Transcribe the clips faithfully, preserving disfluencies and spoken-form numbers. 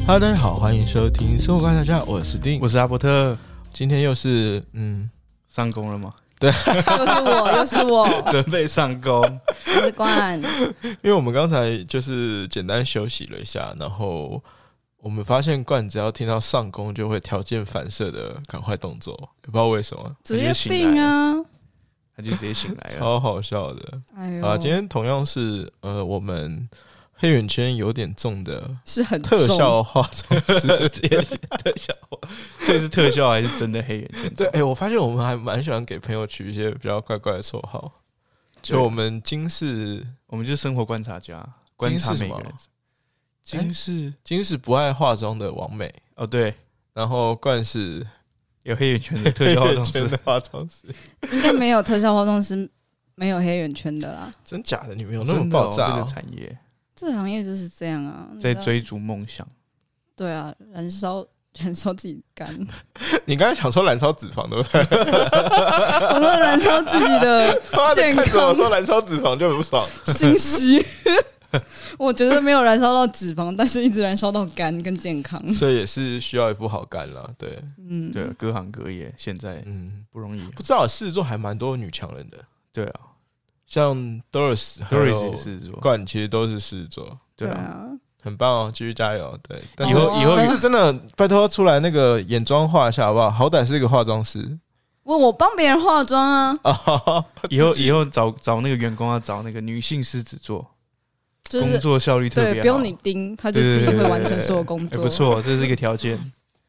Hello， 大家好，欢迎收听生活观察家，我是丁， 我是阿伯特。 今天又是嗯上工了吗？ 对， 又是我，又是我， 准备上工。 我是冠， 因为我们刚才就是简单休息了一下，然后我们发现冠只要听到上工就会条件反射的赶快动作，也不知道为什么， 职业病啊， 他就直接醒来了， 超好笑的。 哎呦， 啊，今天同样是呃我们黑眼圈有点重的是很重特效化妆师， 特效，这是特效还是真的黑眼圈？ 对，哎、欸，我发现我们还蛮喜欢给朋友取一些比较怪怪的绰号，就我们金氏， 我们就是生活观察家，观察每个人。金氏， 金氏不爱化妆的王美哦，对， 然后冠是有黑眼圈的特效化妆师， 的化妆师， 应该没有特效化妆师没有黑眼圈的啦。 真假的？你们有那么爆炸、 哦？这个产业， 这个行业就是这样啊， 在追逐梦想。 对啊，燃烧燃烧自己肝。 你刚才想说燃烧脂肪，对不对？ 我说燃烧自己的健康。 看着我说燃烧脂肪就不爽， 心虚。我觉得没有燃烧到脂肪，但是一直燃烧到肝跟健康， 所以也是需要一副好肝啦。对， 嗯， 对，各行各业现在嗯不容易。 不知道狮子座还蛮多女强人的， 对啊， 像 Doris、Doris 也是狮子座， 冠其实都是狮子座， 对啊， 很棒哦，继续加油。对，但以后以后是真的，拜托出来那个眼妆画一下好不好？好歹是一个化妆师。 我我帮别人化妆啊。 以后以后找找那个员工要找那个女性狮子座。 就是、 工作效率特别好， 对，不用你盯，他就自己会完成所有工作。 对对对对对欸、不错，这是一个条件。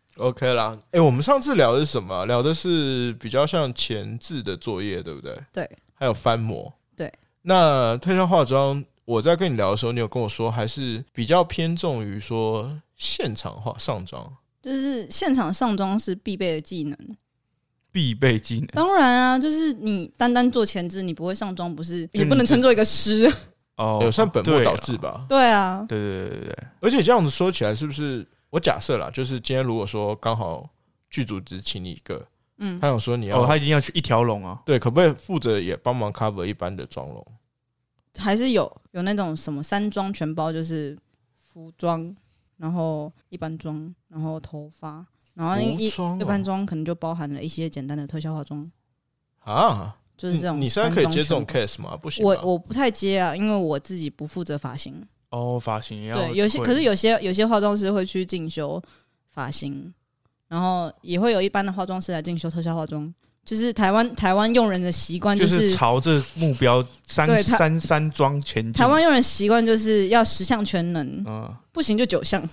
OK 啦，哎、欸，我们上次聊的是什么？聊的是比较像前置的作业，对不对？ 对， 还有翻模。 对， 那特效化妆，我在跟你聊的时候，你有跟我说，还是比较偏重于说现场化上妆， 就是现场上妆是必备的技能。 必备技能？ 当然啊，就是你单单做前置，你不会上妆，不是你不能称作一个师。 哦，有算本末倒置吧？ 对啊， 对对对对对。 而且这样子说起来，是不是我假设啦，就是今天如果说刚好剧组只请你一个，嗯，他有说你要， 哦，他一定要去一条龙啊， 对，可不可以负责也帮忙 cover 一般的妆容？ 还是有有那种什么三妆全包，就是服装，然后一般妆，然后头发，然后一、哦、一般妆可能就包含了一些简单的特效化妆啊。 就是这种， 你现在可以接这种 case 吗？不行， 我我不太接啊，因为我自己不负责发型。 哦，发型也要对，有些可是有些有些化妆师会去进修发型，然后也会有一般的化妆师来进修特效化妆。就是台湾台湾用人的习惯就是、 就是、朝着目标三三三妆前进。 台湾用人习惯就是要十项全能，嗯，不行就九项。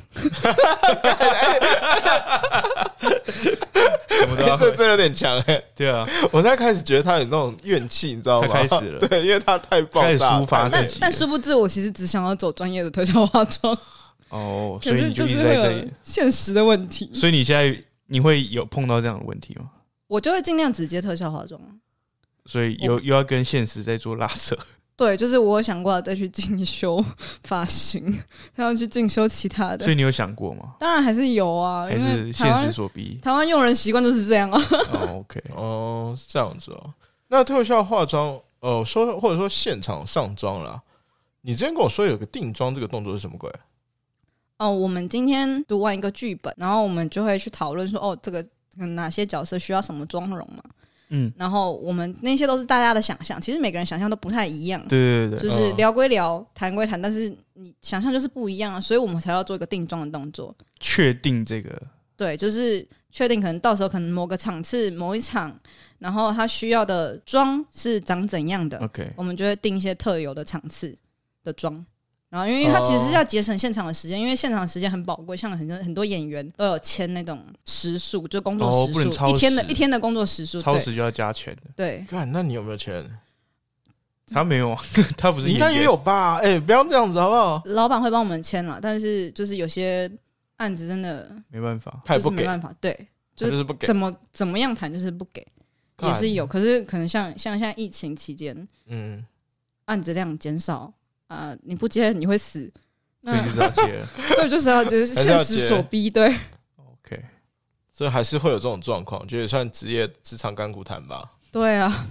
什么都要、欸、 这真有点强哎、欸！ 对啊， 我现在开始觉得他有那种怨气，你知道吗？ 他开始了， 对，因为他太爆炸， 抒发但但殊不知，我其实只想要走专业的特效化妆。 哦， 可是就是会有现实的问题。 所以你现在你会有碰到这样的问题吗？ 我就会尽量只接特效化妆， 所以又又要跟现实在做拉扯。 对，就是我有想过要再去进修发型，还要去进修其他的。 所以你有想过吗？ 当然还是有啊， 还是现实所逼。 台湾用人习惯就是这样啊。 哦 ，OK， 哦，是这样子哦。那特效化妆，呃，说或者说现场上妆啦，你之前跟我说有个定妆这个动作是什么鬼？ 哦，我们今天读完一个剧本，然后我们就会去讨论说，哦，这个哪些角色需要什么妆容嘛。嗯，然后我们那些都是大家的想象，其实每个人想象都不太一样。 对对对， 就是聊归聊，谈归谈，但是你想象就是不一样啊，所以我们才要做一个定妆的动作， 确定这个。对， 就是确定可能到时候可能某个场次某一场，然后他需要的妆是长怎样的 ，OK， 我们就会定一些特有的场次的妆。然后，因为它其实是要节省现场的时间，因为现场的时间很宝贵，像很多很多演员都有签那种时数，就工作时数，哦、一天的一天的工作时数， 超时就要加钱的。 对， 干，那你有没有钱？ 他没有，他不是演员， 应该也有吧？哎、欸，不要这样子好不好？ 老板会帮我们签了，但是就是有些案子真的没办法， 他也不给， 就是没办法，对， 就是不给， 怎么怎么样谈就是不给，也是有，可是可能像像现在疫情期间，嗯，案子量减少啊、呃，你不接你会死。 所以就是要接了， 对，就是要就是现实所逼，对。 OK， 所以还是会有这种状况，觉得算职业职场甘苦谈吧。 对啊，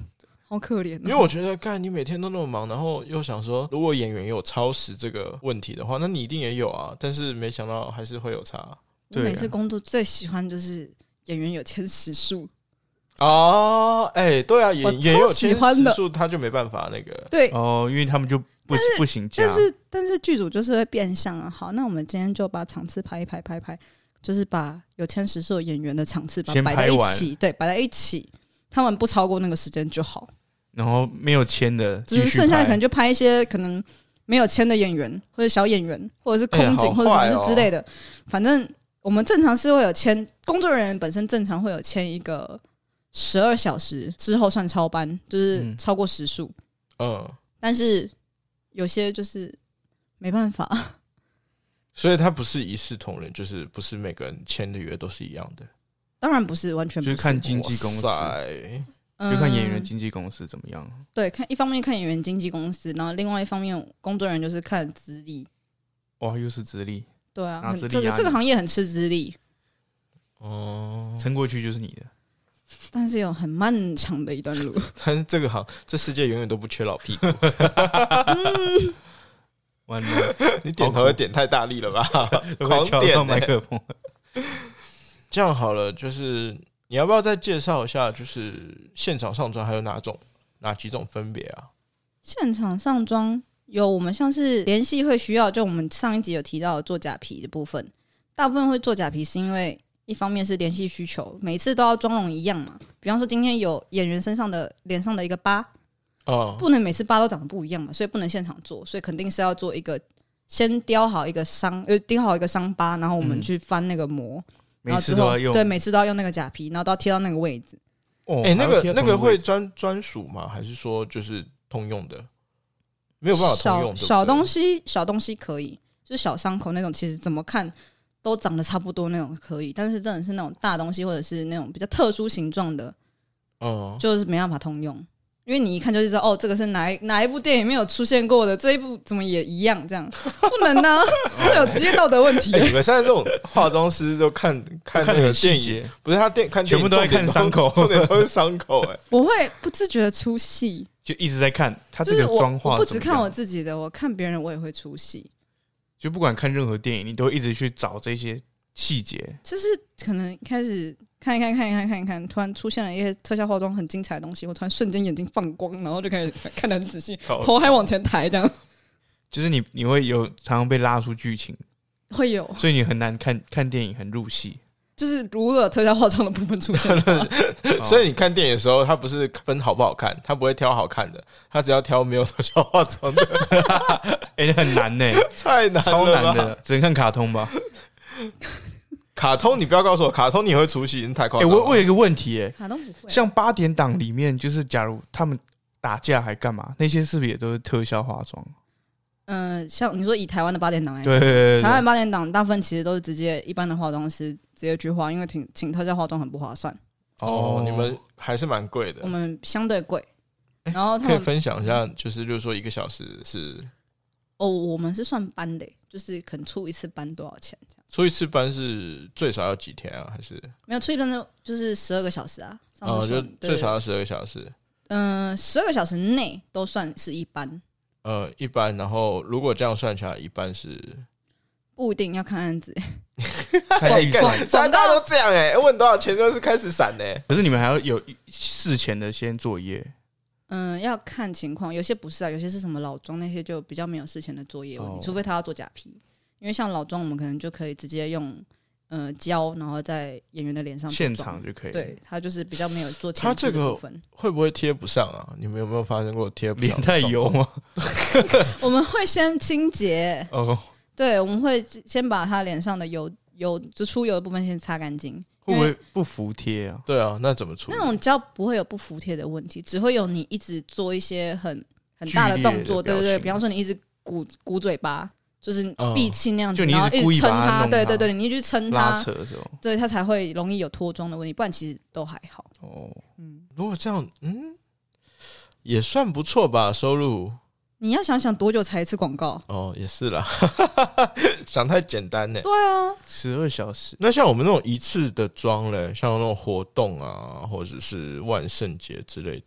好可怜、哦。 因为我觉得，干你每天都那么忙，然后又想说，如果演员有超时这个问题的话，那你一定也有啊。但是没想到还是会有差。 我每次工作最喜欢就是演员有签时数。 哦，哎、欸，对啊，演员有签时数，他就没办法那个。 对哦，因为他们就不不行加。 但是但是剧组就是会变相啊。好，那我们今天就把场次排一排排一排，就是把有签时数的演员的场次把它摆在一起，对，摆在一起，他们不超过那个时间就好。 然后没有签的， 就是剩下的可能就拍一些可能没有签的演员，或者小演员，或者是空景、欸哦、或者什么之类的。反正我们正常是会有签，工作人员本身正常会有签一个十二小时之后算超班，就是超过时数。嗯，但是有些就是没办法。 所以他不是一视同仁，就是不是每个人签的约都是一样的。 当然不是，完全不是， 就是看经纪公司。就看演员经纪公司怎么样、嗯。 对，看一方面看演员经纪公司，然后另外一方面工作人员就是看资历。 哇，又是资历。 对啊，这个这个行业很吃资历。 哦，撑过去就是你的。 但是有很漫长的一段路。 但是这个行，这世界永远都不缺老屁股。嗯、 完了， 你点头也点太大力了吧？狂点麦克风。这样好了，就是。你要不要再介绍一下，就是现场上妆还有哪种哪几种分别啊？ 现场上妆有我们像是联系会需要，就我们上一集有提到的做假皮的部分，大部分会做假皮是因为一方面是联系需求，每次都要妆容一样嘛。比方说今天有演员身上的脸上的一个疤，哦，不能每次疤都长得不一样嘛，所以不能现场做，所以肯定是要做一个先雕好一个伤，呃，雕好一个伤疤，然后我们去翻那个膜。嗯，然后之后每次都要用，对，每次都要用那个假皮，然后都要贴到那个位置。 哦，哎、欸，那个那个会专专属吗？还是说就是通用的？没有办法通用。 小小东西，小东西可以，就是小伤口那种，其实怎么看都长得差不多那种可以，但是真的是那种大东西或者是那种比较特殊形状的，哦，就是没办法通用。因为你一看就知道，哦，这个是哪一哪一部电影没有出现过的，这一部怎么也一样？这样不能啊，这有职业道德问题、欸欸。你们现在这种化妆师都看看那个电影，不是他电看全部都在看伤口， 重点都是伤口、欸。哎， 我会不自觉的出戏， 就一直在看他这个妆化。 我不只看我自己的，我看别人我也会出戏。 就不管看任何电影，你都会一直去找这些细节。 就是可能开始。看一看看一看看一看，突然出现了一些特效化妆很精彩的东西，我突然瞬间眼睛放光，然后就开始看得很仔细，头还往前抬，这样。 就是你你会有常常被拉出剧情， 会有， 所以你很难看看电影很入戏。 就是如果有特效化妆的部分出现了， 所以你看电影的时候，他不是分好不好看，他不会挑好看的，他只要挑没有特效化妆的。 哎、欸，很难呢、欸， 太难了， 超难的，只能看卡通吧。 卡通你不要告诉我，卡通你会出戏，太夸张了。 欸、我我有一个问题、欸， 卡通不会。 像八点档里面，就是假如他们打架还干嘛，那些是不是也都是特效化妆？ 嗯、呃，像你说以台湾的八点档来讲， 对对对对， 台湾八点档大部分其实都是直接一般的化妆师直接去画，因为请请特效化妆很不划算。 哦，你们还是蛮贵的。 我们相对贵。然后可以分享一下，就是例如说一个小时是。 哦，我们是算班的，就是可能出一次班多少钱这样？ 出一次班是最少要几天啊？还是没有出一班就是十二个小时啊？ 哦，就最少要十二个小时。 嗯，十二个小时内都算是一班。 呃，一班，然后如果这样算起来，一般是不一定要看案子。 看预算， 大家都这样哎、欸，问多少钱就是开始闪哎、欸。 可是你们还要有事前的先作业。 嗯，要看情况，有些不是啊，有些是什么老妆那些就比较没有事前的作业问题，哦、除非他要做假皮，因为像老妆我们可能就可以直接用呃胶，然后在演员的脸上现场就可以。 对，他就是比较没有做前置的部分。 会不会贴不上啊？你们有没有发生过贴不上？ 脸太油吗？ 我们会先清洁哦，对，我们会先把他脸上的油油就出油的部分先擦干净。 会不会不服帖啊？ 对啊，那怎么处理？ 那种胶不会有不服帖的问题，只会有你一直做一些很很大的动作，对对对，比方说你一直鼓鼓嘴巴，就是闭气那样子， 嗯、 然后一直撑它， 对对对，你一直撑它， 拉扯的时候， 对它才会容易有脱妆的问题，不然其实都还好。 哦，嗯，如果这样，嗯，也算不错吧，收入。 你要想想多久才一次广告？ 哦，也是啦，想太简单呢。 对啊， 十二小时。 那像我们那种一次的妆嘞，像那种活动啊，或者是万圣节之类的，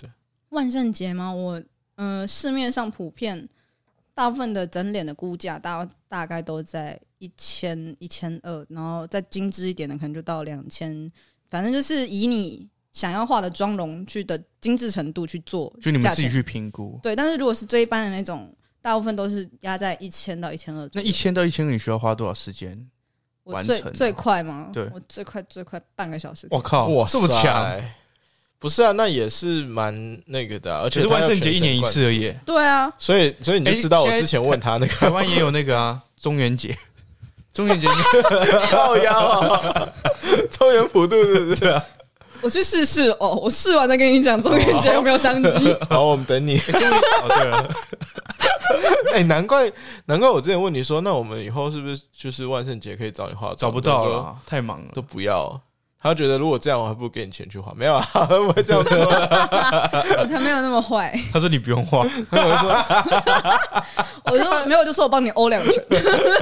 万圣节吗？我呃，市面上普遍大部分的整脸的估价大大概都在一千一千二，然后再精致一点的可能就到两千，反正就是以你想要画的妆容去的精致程度去做， 就你们自己去评估。 对，但是如果是最一般的那种，大部分都是压在一千到一千二。 那一千到一千二，你需要花多少时间完成？ 我最最快吗？ 对， 我最快最快半个小时。 我靠， 哇， 这么强！ 不是啊，那也是蛮那个的、啊，而且是万圣节一年一次而已。 对啊， 所以所以你就知道我之前问他那个台湾也有那个啊，中元节，中元节靠腰啊，中元普渡是不是？ 对啊， 我去试试哦，我试完再跟你讲中元节有没有商机。 好，我们等你。 哦，对了， 哎、欸，难怪难怪我之前问你说，那我们以后是不是就是万圣节可以找你化妆？ 找不到了，太忙了， 都不要。他觉得如果这样，我还不如给你钱去花。没有啊，会不会这样说？ 我才没有那么坏。 他说你不用花，我说我说没有，就说我帮你欧两拳。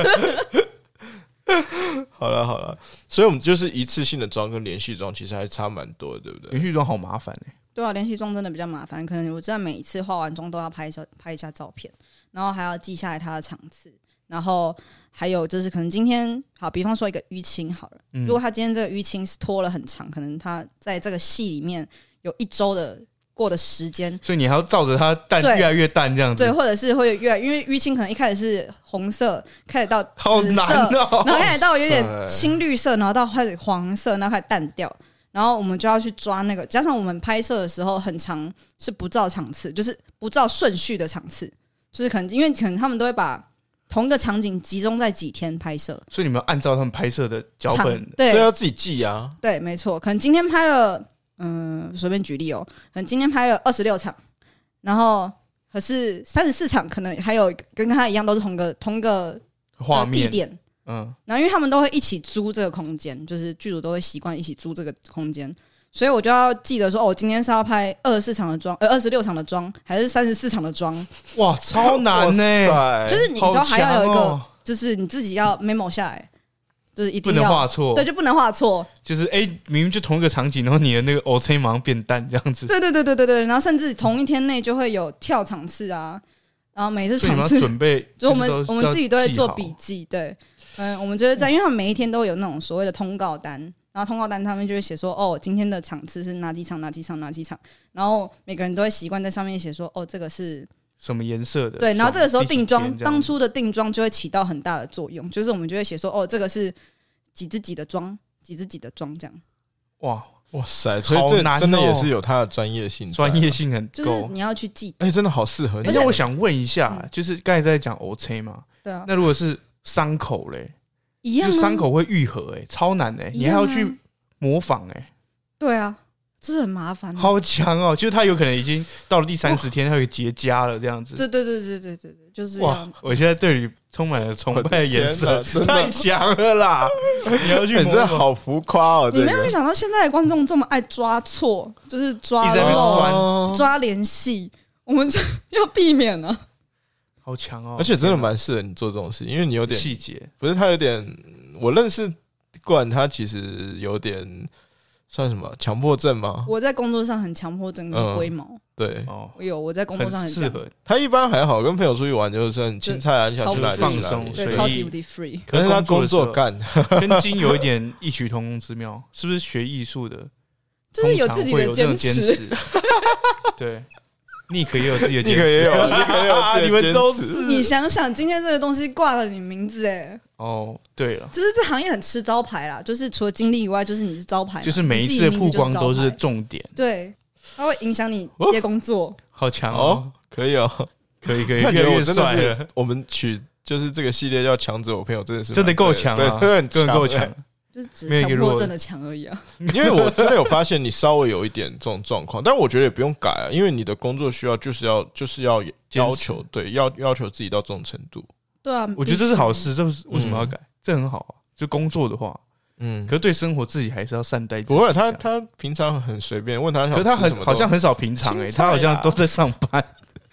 好了好了，所以我们就是一次性的妆跟连续妆其实还差蛮多的，对不对？ 连续妆好麻烦哎、欸。 对啊，连续妆真的比较麻烦，可能我知道每一次化完妆都要拍一下拍一下照片，然后还要记下来它的场次，然后还有就是可能今天好，比方说一个淤青好了，嗯、如果他今天这个淤青是拖了很长，可能他在这个戏里面有一周的过的时间， 所以你还要照着它淡越来越淡这样子， 对，或者是会越来，因为淤青可能一开始是红色，开始到紫色， 好难哦， 然后开始到有点青绿色，然后到开始黄色，然后开始淡掉。然后我们就要去抓那个，加上我们拍摄的时候很常是不照场次，就是不照顺序的场次，就是可能因为可能他们都会把同一个场景集中在几天拍摄， 所以你们要按照他们拍摄的脚本， 对， 所以要自己记啊。 对，没错，可能今天拍了，嗯，随便举例哦，可能今天拍了二十六场，然后可是三十四场可能还有跟他一样都是同个同个画面、 呃、地点。嗯，然后因为他们都会一起租这个空间，就是剧组都会习惯一起租这个空间，所以我就要记得说，哦，我今天是要拍二十四场的妆，呃，二十六场的妆，还是三十四场的妆？ 哇，超难呢、欸！ 就是你都还要有一个， 哦、 就是你自己要 memo 下来，就是一定要不能画错， 对，就不能画错。 就是哎、欸，明明就同一个场景，然后你的那个 O C 马上变淡这样子。 对对对对对对，然后甚至同一天内就会有跳场次啊，然后每次场次准备， 就我们我们自己都会做笔记，对。嗯，我们就是在，因为他们每一天都有那种所谓的通告单，然后通告单他们就会写说，哦，今天的场次是哪几场，哪几场，哪几场，然后每个人都会习惯在上面写说，哦，这个是什么颜色的？ 对，然后这个时候定妆，当初的定妆就会起到很大的作用，就是我们就会写说，哦，这个是几支几的妆，几支几的妆这样。 哇哇塞，所以这真的也是有它的专业性， 专业性很够， 就是你要去记。 哎、欸，真的好适合你。 而且我想问一下，嗯、就是刚才在讲 O C 嘛， 对啊， 那如果是伤口嘞， 一样， 就伤口会愈合、欸，哎，超难哎、欸，你还要去模仿哎、欸， 对啊，这是很麻烦， 好强哦！就是他有可能已经到了第三十天，他有结痂了这样子。 对对对对对对对，就是哇！我现在对你充满了崇拜的眼神，太强了啦！你要去模仿， 你真的好浮夸哦！ 你没有想到现在的观众这么爱抓错，就是抓漏、抓连戏，我们就要避免了。 好强哦！ 而且真的蛮适合你做这种事，因为你有点细节， 不是他有点，我认识冠，他其实有点算什么强迫症吗？ 我在工作上很强迫症跟龟毛， 嗯、对， 我有我在工作上很适合。 他一般还好，跟朋友出去玩就是很青菜啊，你想去哪就去哪里， 对，超级无敌 free。 可是他工作干， 跟金有一点异曲同工之妙，是不是学艺术的？ 就是有自己的坚持， 对。Nick 也有自己的坚持， Nick 也有，Nick 也有自己的坚持。 你们都是， 你想想，今天这个东西挂了你名字，哎， 哦，对了， 就是这行业很吃招牌啦，就是除了经历以外，就是你是招牌， 就是每一次的曝光都是重点， 对，它会影响你接工作， 好强哦， 可以哦， 可以可以， 越来越帅了。 我们取就是这个系列叫强者我朋友，真的是真的够强啊， 对， 真的够强。 就是只是强迫症的强而已啊， 因为我真的有发现你稍微有一点这种状况，但我觉得也不用改啊，因为你的工作需要就是要就是要要求，对，要要求自己到这种程度。 对啊， 我觉得这是好事，这是为什么要改？嗯、这很好啊，就工作的话， 嗯， 可是对生活自己还是要善待自己。 不会，他他平常很随便，问他想吃什么， 可是他很好像很少平常哎、欸，他好像都在上班。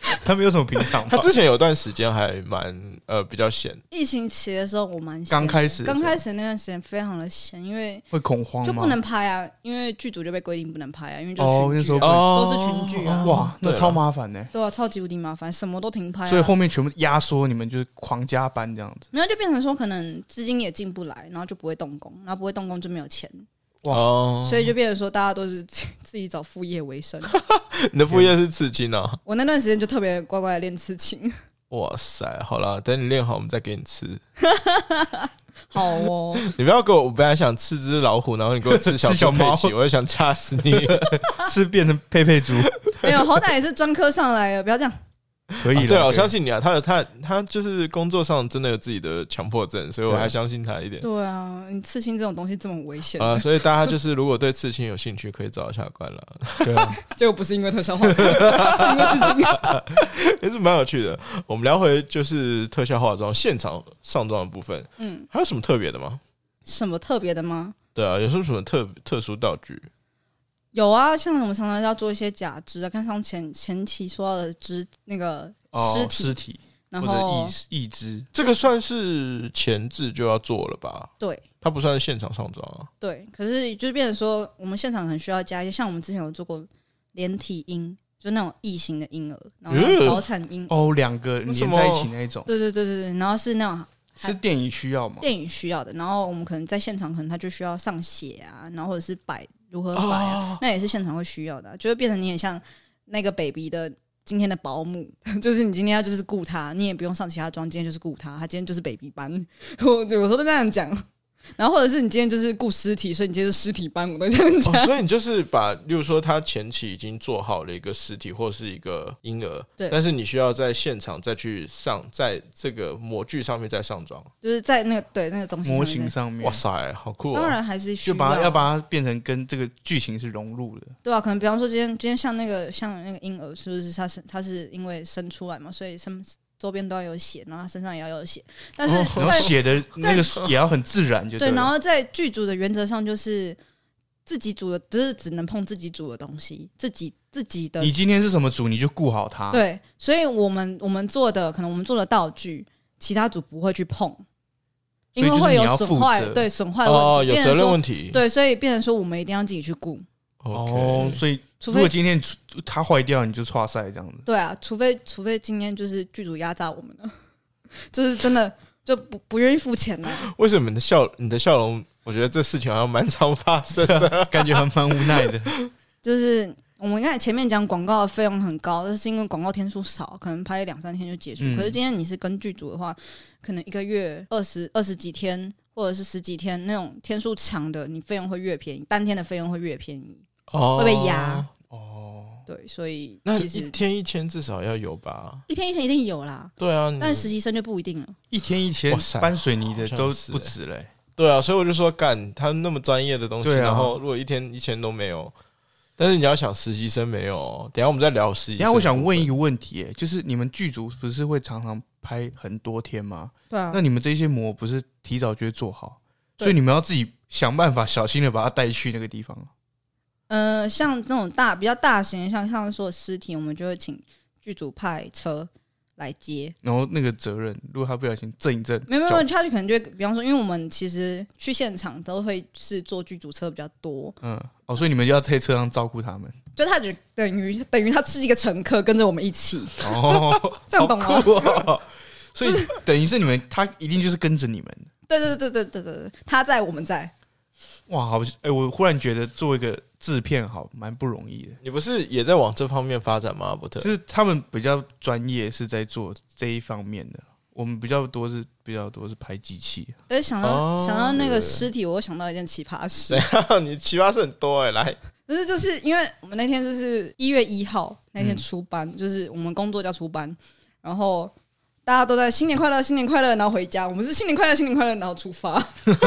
他没有什么平常吧。 他之前有段时间还蛮呃比较闲， 疫情期的时候我蛮闲， 刚开始刚开始那段时间非常的闲，因为会恐慌吗？ 就不能拍啊，因为剧组就被规定不能拍啊，因为就群剧、啊哦、 都是群剧啊， 哇，那超麻烦呢、欸。 对啊，超级无敌麻烦，什么都停拍、啊， 所以后面全部压缩，你们就是狂加班这样子， 然后就变成说可能资金也进不来，然后就不会动工，然后不会动工就没有钱。 哇、 哦， 所以就变成说，大家都是自己找副业为生。 你的副业是刺青啊？ 我那段时间就特别乖乖的练刺青。 哇塞，好了，等你练好，我们再给你吃。 好哦， 你不要给我，我本来想吃只老虎，然后你给我吃小猪佩奇，我就想掐死你， 吃变成佩佩猪。 没有，好歹也是专科上来的，不要这样。 可以、啊、 对了，我相信你啊，他有他他就是工作上真的有自己的强迫症，所以我还相信他一点。 对啊，你刺青这种东西这么危险啊，所以大家就是如果对刺青有兴趣，可以找一下关了。 对啊， 结果不是因为特效化妆，是因为刺青， 也是蛮有趣的。我们聊回就是特效化妆、现场上妆的部分，嗯，还有什么特别的吗？ 什么特别的吗？ 对啊，有什么什么特特殊道具？ 有啊，像我们常常要做一些假肢啊，看上前前期说到的肢那个尸体， 尸、哦、体， 然后义肢， 这个算是前置就要做了吧？ 对， 它不算是现场上妆啊。 对，可是就变成说，我们现场很需要加一些，像我们之前有做过连体婴，就那种异形的婴儿，然后早产婴哦，两个连在一起那一种， 对对对对对，然后是那种。 是电影需要吗？ 电影需要的，然后我们可能在现场，可能他就需要上血啊，然后或者是摆如何摆啊，哦、那也是现场会需要的、啊，就会变成你很像那个 baby 的今天的保姆，就是你今天要就是顾他，你也不用上其他妆，今天就是顾他，他今天就是 baby 班，我有时候都这样讲。然后或者是你今天就是顾尸体，所以你今天是尸体班，我都这样讲、 哦。所以你就是把，例如说他前期已经做好了一个尸体或是一个婴儿，对，但是你需要在现场再去上，在这个模具上面再上妆， 就是在那个对那个东西模型上面。 哇塞，好酷、哦！ 当然还是需要， 就把它要把它变成跟这个剧情是融入的。 对啊，可能比方说今天今天像那个像那个婴儿，是不是他是他是因为生出来嘛，所以生。周边都要有血，然后他身上也要有血，但是然后血的那个也要很自然就对， 对。然后在剧组的原则上就是自己煮的，就是只能碰自己煮的东西，自己自己的。 你今天是什么组，你就顾好它。 对，所以我们我们做的可能我们做的道具，其他组不会去碰，因为会有损坏，对损坏问题、 哦，有责任问题。 对，所以变成说我们一定要自己去顾。 哦，所以如果今天它坏掉，你就剉赛这样子。 对啊，除非除非今天就是剧组压榨我们了，就是真的就不不愿意付钱了。 为什么你的笑你的笑容？我觉得这事情好像蛮常发生的， 感觉还蛮无奈的。 就是我们刚才前面讲广告的费用很高，那是因为广告天数少，可能拍两三天就结束。嗯、可是今天你是跟剧组的话，可能一个月二十二十几天，或者是十几天那种天数长的，你费用会越便宜，当天的费用会越便宜。哦、会被压哦，对，所以那一天一千至少要有吧？ 一天一千一定有啦， 对啊， 但实习生就不一定了。 一天一千搬水泥的都不止嘞、欸， 对啊，所以我就说干他那么专业的东西，啊、然后如果一天一千都没有，但是你要想实习生没有，等一下我们再聊实习生。 等一下我想问一个问题、欸，就是你们剧组不是会常常拍很多天吗？ 对啊， 那你们这些模不是提早就会做好，所以你们要自己想办法小心的把它带去那个地方。 呃，像那种大比较大型的，像上次说的尸体，我们就会请剧组派车来接。 然后那个责任，如果他不小心震一震， 没有没有，他就可能就会，比方说，因为我们其实去现场都会是坐剧组车比较多， 嗯，哦，所以你们就要在车上照顾他们， 就他就等于等于他是一个乘客，跟着我们一起。哦，这样懂吗？ 哦、所以等于是你们，他一定就是跟着你们。 对对对对对对对，他在我们在。 哇，好，哎、欸，我忽然觉得做一个制片好蛮不容易的。 你不是也在往这方面发展吗？阿伯特， 就是他们比较专业，是在做这一方面的。我们比较多是比较多是拍机器。 而想到、哦、想到那个尸体，我想到一件奇葩事。 你奇葩事很多哎、欸，来， 就是就是因为我们那天就是一月一号那天出班、嗯，就是我们工作叫出班，然后。大家都在新年快乐，新年快乐，然后回家。我们是新年快乐，新年快乐，然后出发。然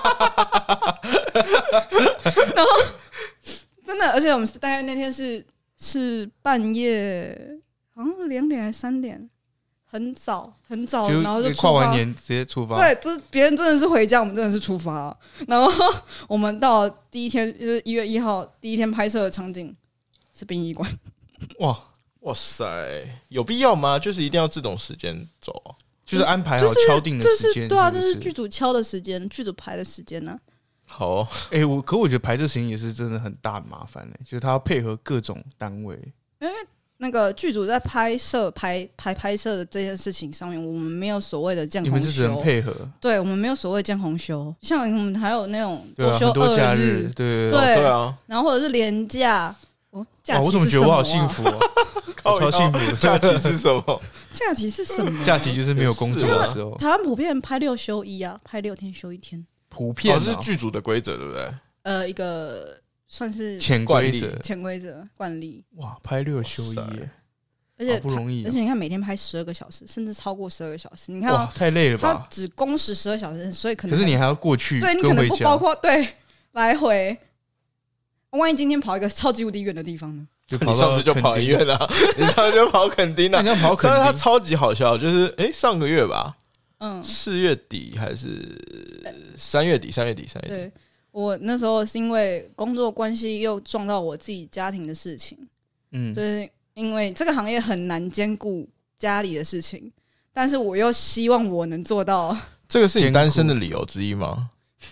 后真的，而且我们大概那天是是半夜，好像两点还是三点，很早很早，然后就跨完年直接出发。 对，就是别人真的是回家，我们真的是出发。然后我们到第一天，就是一月一号第一天拍摄的场景是殡仪馆。 哇！ 哇塞，有必要吗？就是一定要这种时间走、啊， 就是安排好敲定的时间。 对啊，这是剧组敲的时间，剧组排的时间呢、啊。 好、哦， 哎、欸，我可我觉得排这时间也是真的很大的麻烦呢、欸，就是他要配合各种单位。 因为那个剧组在拍摄、拍拍拍摄的这件事情上面，我们没有所谓的见红休， 你们是只能配合。 对，我们没有所谓见红休，像我们还有那种多休二日，啊、 日对对对, 对啊， 然后或者是连假。哦，假期是什么、啊？ 我怎么觉得我好幸福哦、啊，我超幸福的。 假期是什么？ 假期是什么、啊？ 假期就是没有工作的时候。 台湾普遍拍六休一啊，拍六天休一天。 普遍、啊哦、是剧组的规则，对不对？ 呃，一个算是潜规则、 潜规则惯例。 哇，拍六休一耶， 而且不容易、啊。 而且你看，每天拍十二个小时，甚至超过十二个小时。你看、哦， 哇，太累了吧？ 他只工时十二小时，所以可能可是你还要过去， 对你可能不包括对来回。万一今天跑一个超级无敌远的地方呢？ 就你上次就跑很远了，你上次就跑垦丁了。 你要跑垦丁， 他超级好笑，就是哎、欸，上个月吧， 嗯， 四月底还是三月底？三月底，三月底。 对，我那时候是因为工作关系又撞到我自己家庭的事情，嗯，就是因为这个行业很难兼顾家里的事情，但是我又希望我能做到。 这个是你单身的理由之一吗？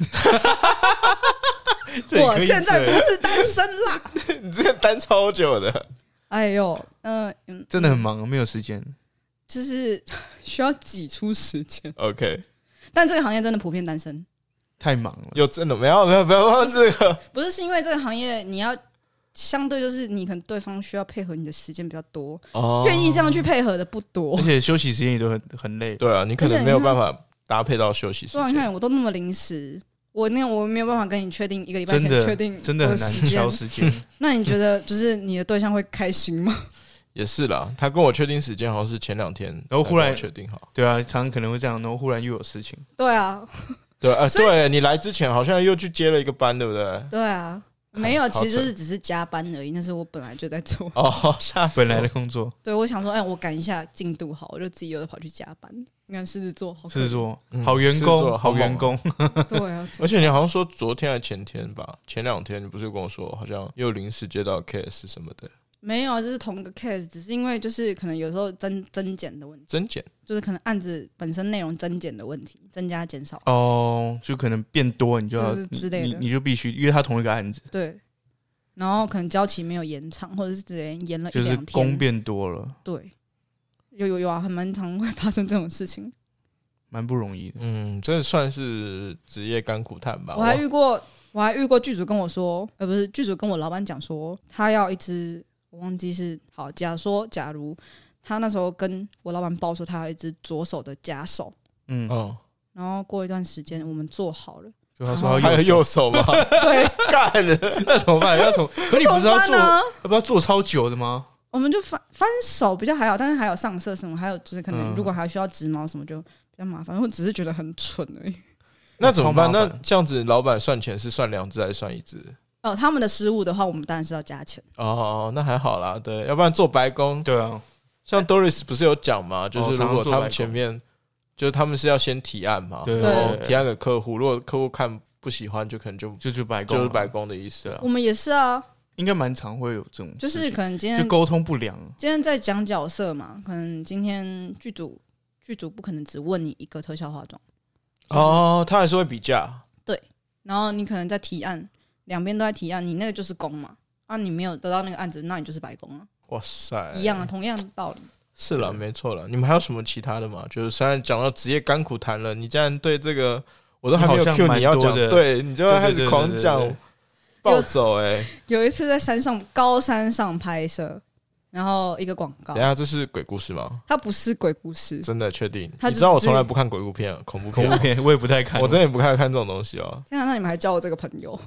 我现在不是单身啦， 你之前单超久的。 哎呦，嗯、呃、嗯， 真的很忙，没有时间， 就是需要挤出时间。 OK， 但这个行业真的普遍单身， 太忙了。 有真的没有没有不要忘这个， 不是是因为这个行业你要相对就是你可能对方需要配合你的时间比较多，哦，愿意这样去配合的不多， 而且休息时间也都很很累。 对啊，你可能没有办法搭配到休息时间。 你看我都那么临时。我那我没有办法跟你确定一个礼拜前确定真的很难挑时间。 那你觉得就是你的对象会开心吗？ 也是啦，他跟我确定时间好像是前两天， 然后忽然确定好。 对啊，常常可能会这样，然后忽然又有事情。 对啊， 对啊，对你来之前好像又去接了一个班，对不对？ 对啊，没有，其实就是只是加班而已，那是我本来就在做哦，吓死本来的工作。 对，我想说，哎，我赶一下进度好，我就自己又跑去加班。你看狮子座，好狮子座，好员工，好员工。 对啊， 而且你好像说昨天还前天吧，前两天你不是跟我说，好像又临时接到 case 什么的。 没有，这是同一个 case， 只是因为就是可能有时候增增减的问题， 增减就是可能案子本身内容增减的问题，增加减少。 哦，就可能变多，你就要、就是、 之类的， 你, 你就必须因为他同一个案子。 对。然后可能交期没有延长，或者是直接延了一两天， 就是工变多了。 对，有有有啊，很蛮常会发生这种事情， 蛮不容易的。 嗯，这算是职业甘苦谈吧。 我还遇过，我还遇过剧组跟我说，呃，不是剧组跟我老板讲说，他要一只，我忘记是好。假说，假如他那时候跟我老板报说，他要一只左手的假手，嗯哦，然后过一段时间我们做好了。 就他说他有右手吗？ 对， 干了， 那怎么办？要从可你不是要做，要不要做超久的吗？ 我们就翻翻手比较还好，但是还有上色什么，还有就是可能如果还需要植毛什么，就比较麻烦。我只是觉得很蠢而已。 那怎么办？那这样子，老板算钱是算两只还是算一只？ 哦，他们的失误的话，我们当然是要加钱。 哦，那还好啦，对，要不然做白工， 对啊， 像 Doris 不是有讲嘛，就是如果他们前面。就是他们是要先提案嘛， 对， 然后提案给客户，如果客户看不喜欢，就可能就就就白工， 就是白工的意思啊。 我们也是啊， 应该蛮常会有这种， 就是可能今天就沟通不良。 今天在讲角色嘛，可能今天剧组剧组不可能只问你一个特效化妆， 哦，他还是会比价。 对，然后你可能在提案，两边都在提案，你那个就是工嘛，啊，你没有得到那个案子，那你就是白工啊。 哇塞， 一样啊，同样的道理。 是啦，没错了。你们还有什么其他的吗？就是虽然讲到职业甘苦谈了，你竟然对这个我都还没有 cue 你要讲，对你就要开始狂讲暴走哎、欸！ 有一次在山上高山上拍摄，然后一个广告。 等一下，这是鬼故事吗？ 它不是鬼故事， 真的确定？你知道我从来不看鬼故片、恐怖片， 恐怖片我也不太看， 我真的也不太看这种东西哦。 天啊，那你们还叫我这个朋友？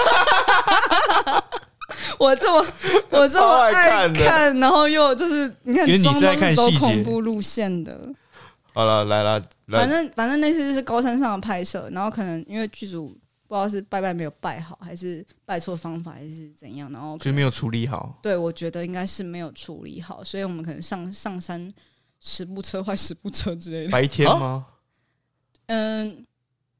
我这么我这么爱看，然后又就是你看， 因为你是在看细节， 走恐怖路线的。 好了，来了， 反正反正那次是高山上的拍摄，然后可能因为剧组不知道是拜拜没有拜好，还是拜错方法，还是怎样，然后就没有处理好。 对，我觉得应该是没有处理好，所以我们可能上上山十部车坏十部车之类的。 白天吗？ 嗯，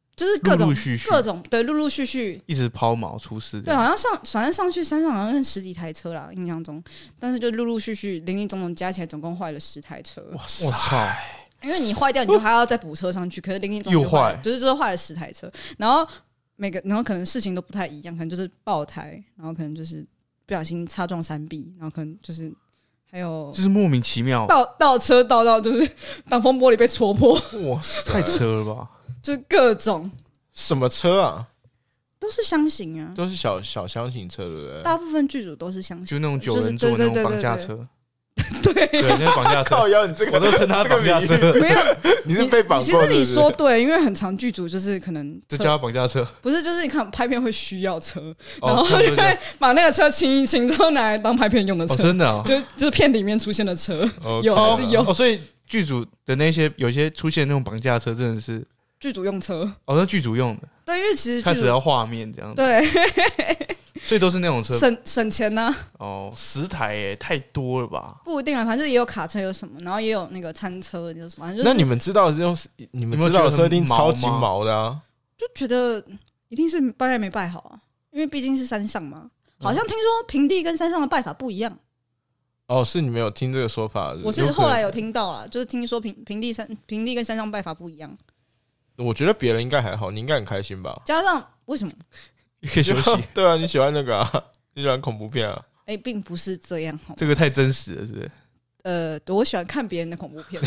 就是各种陆陆续续各种对陆陆续续一直抛锚出事， 对，好像上反正上去山上好像十几台车啦，印象中，但是就陆陆续续零零总总加起来，总共坏了十台车。 哇我操！ 因为你坏掉，你就还要再补车上去，可是零零总总又坏， 就是就是坏了十台车，然后每个然后可能事情都不太一样，可能就是爆胎，然后可能就是不小心擦撞山壁，然后可能就是还有就是莫名其妙倒倒车倒到就是挡风玻璃被戳破， 哇， 太扯了吧！ 就是各种。 什么车啊？ 都是箱型啊， 都是小小箱型车，对不对？ 大部分剧组都是箱型， 就那种九人座那种绑架车。 对对，那个绑架车。 靠腰，你这个我都称他绑架车。 没有， 你是被绑过？ 其实你说对，因为很常剧组就是可能就叫他绑架车， 不是就是你看拍片会需要车，然后就会把那个车清一清之后拿来当拍片用的车， 真的哦， 就就是片里面出现的车有还是有。 哦，所以剧组的那些有些出现那种绑架车，真的是。 剧组用车哦，那剧组用的， 对，因为其实他只要画面这样子， 对， 所以都是那种车， 省省钱呐、啊。 哦，十台耶，太多了吧？ 不一定啊，反正也有卡车，有什么，然后也有那个餐车，有什么。就是、 那你们知道是用你们知道的时候一定超级毛的啊， 就觉得一定是拜没拜好啊，因为毕竟是山上嘛。好像听说平地跟山上的拜法不一样。 哦，是你没有听这个说法？ 我是后来有听到啦，就是听说平平地山平地跟山上拜法不一样。 我觉得别人应该还好，你应该很开心吧？ 加上为什么？ 你可以休息。 对啊，你喜欢那个啊？你喜欢恐怖片啊？ 哎、欸，并不是这样， 这个太真实了，是不是？ 呃，我喜欢看别人的恐怖片，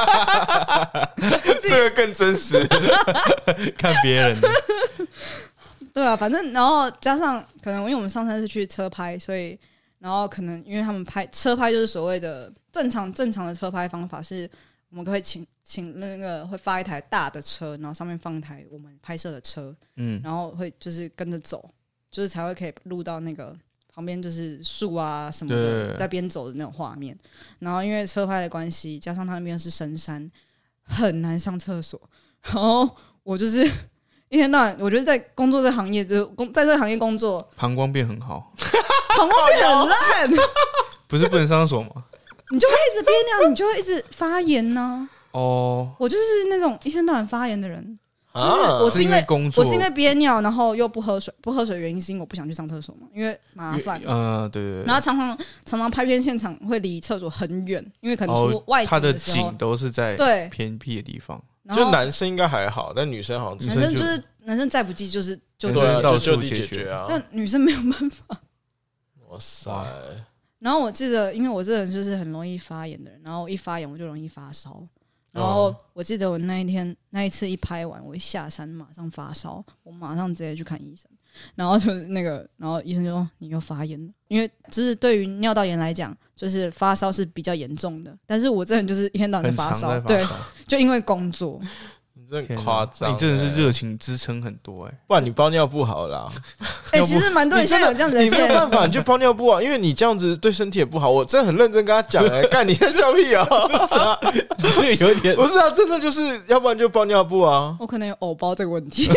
这个更真实。 看别人的， 对啊，反正然后加上可能因为我们上山是去车拍，所以然后可能因为他们拍车拍就是所谓的正常正常的车拍方法是。我们会请请那个会发一台大的车，然后上面放一台我们拍摄的车，嗯，然后会就是跟着走，就是才会可以录到那个旁边就是树啊什么的在边走的那种画面。然后因为车拍的关系，加上他那边是深山，很难上厕所。然后我就是一天到晚，我觉得在工作这行业，就工在这个行业工作， 膀胱变很好， 膀胱变很烂， 不是不能上厕所吗？ 你就会一直憋尿，你就会一直发炎呢、 啊。哦， 我就是那种一天到晚发炎的人。 啊、 就是我是因为工作， 我是因为憋尿，然后又不喝水。不喝水的原因是因为我不想去上厕所嘛，因为麻烦。 嗯、呃，对对对。 然后常常常常拍片现场会离厕所很远，因为可能出外景的时候， 他的景都是在对偏僻的地方。 就男生应该还好，但女生好像男生就是男生再不济就是就对啊， 到就地解决啊。 但女生没有办法。 哇塞！ 然后我记得，因为我这人就是很容易发炎的人，然后一发炎我就容易发烧。然后我记得我那一天那一次一拍完，我一下山马上发烧，我马上直接去看医生。然后就是那个，然后医生就说你又发炎了，因为就是对于尿道炎来讲，就是发烧是比较严重的。但是我这人就是一天到晚在发烧，对，就因为工作。 这很夸张、欸， 你真的是热情支撑很多哎、欸， 不然你包尿布好了啦。 哎、欸，其实蛮多人现在有这样子的， 你没有办法，你就包尿布啊，因为你这样子对身体也不好。我真的很认真跟他讲，哎，干你在笑屁啊！ 是啊，你这有点不是啊，真的就是，要不然就包尿布啊。 我可能有偶包这个问题，